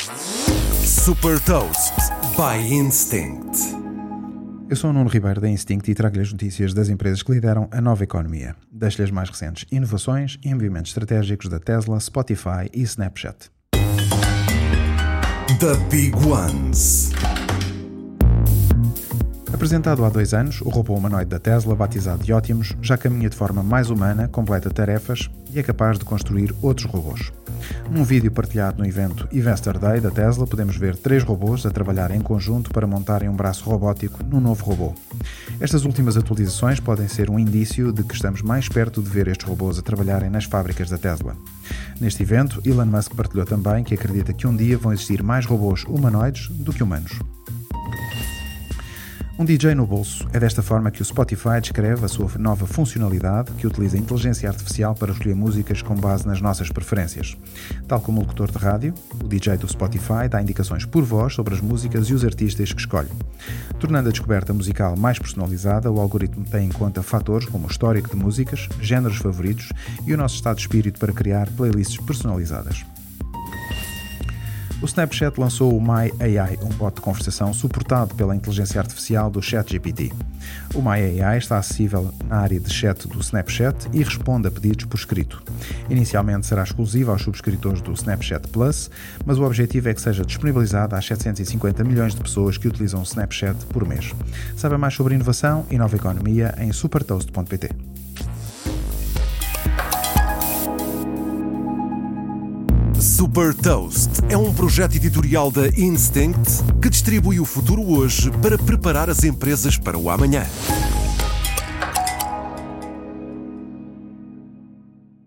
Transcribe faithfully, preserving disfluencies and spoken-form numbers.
Super Toast by Instinct. Eu sou o Nuno Ribeiro da Instinct e trago-lhe as notícias das empresas que lideram a nova economia. Deixo-lhe as mais recentes inovações e movimentos estratégicos da Tesla, Spotify e Snapchat. The Big Ones. Apresentado há dois anos, o robô humanoide da Tesla, batizado de Optimus, já caminha de forma mais humana, completa tarefas e é capaz de construir outros robôs. Num vídeo partilhado no evento Investor Day da Tesla, podemos ver três robôs a trabalhar em conjunto para montarem um braço robótico num novo robô. Estas últimas atualizações podem ser um indício de que estamos mais perto de ver estes robôs a trabalharem nas fábricas da Tesla. Neste evento, Elon Musk partilhou também que acredita que um dia vão existir mais robôs humanoides do que humanos. Um D J no bolso. É desta forma que o Spotify descreve a sua nova funcionalidade, que utiliza a inteligência artificial para escolher músicas com base nas nossas preferências. Tal como o locutor de rádio, o D J do Spotify dá indicações por voz sobre as músicas e os artistas que escolhe. Tornando a descoberta musical mais personalizada, o algoritmo tem em conta fatores como o histórico de músicas, géneros favoritos e o nosso estado de espírito para criar playlists personalizadas. O Snapchat lançou o My A I, um bot de conversação suportado pela inteligência artificial do ChatGPT. O My A I está acessível na área de chat do Snapchat e responde a pedidos por escrito. Inicialmente será exclusivo aos subscritores do Snapchat Plus, mas o objetivo é que seja disponibilizado às setecentos e cinquenta milhões de pessoas que utilizam o Snapchat por mês. Saiba mais sobre inovação e nova economia em supertoast ponto pt. Super Toast é um projeto editorial da Instinct que distribui o futuro hoje para preparar as empresas para o amanhã.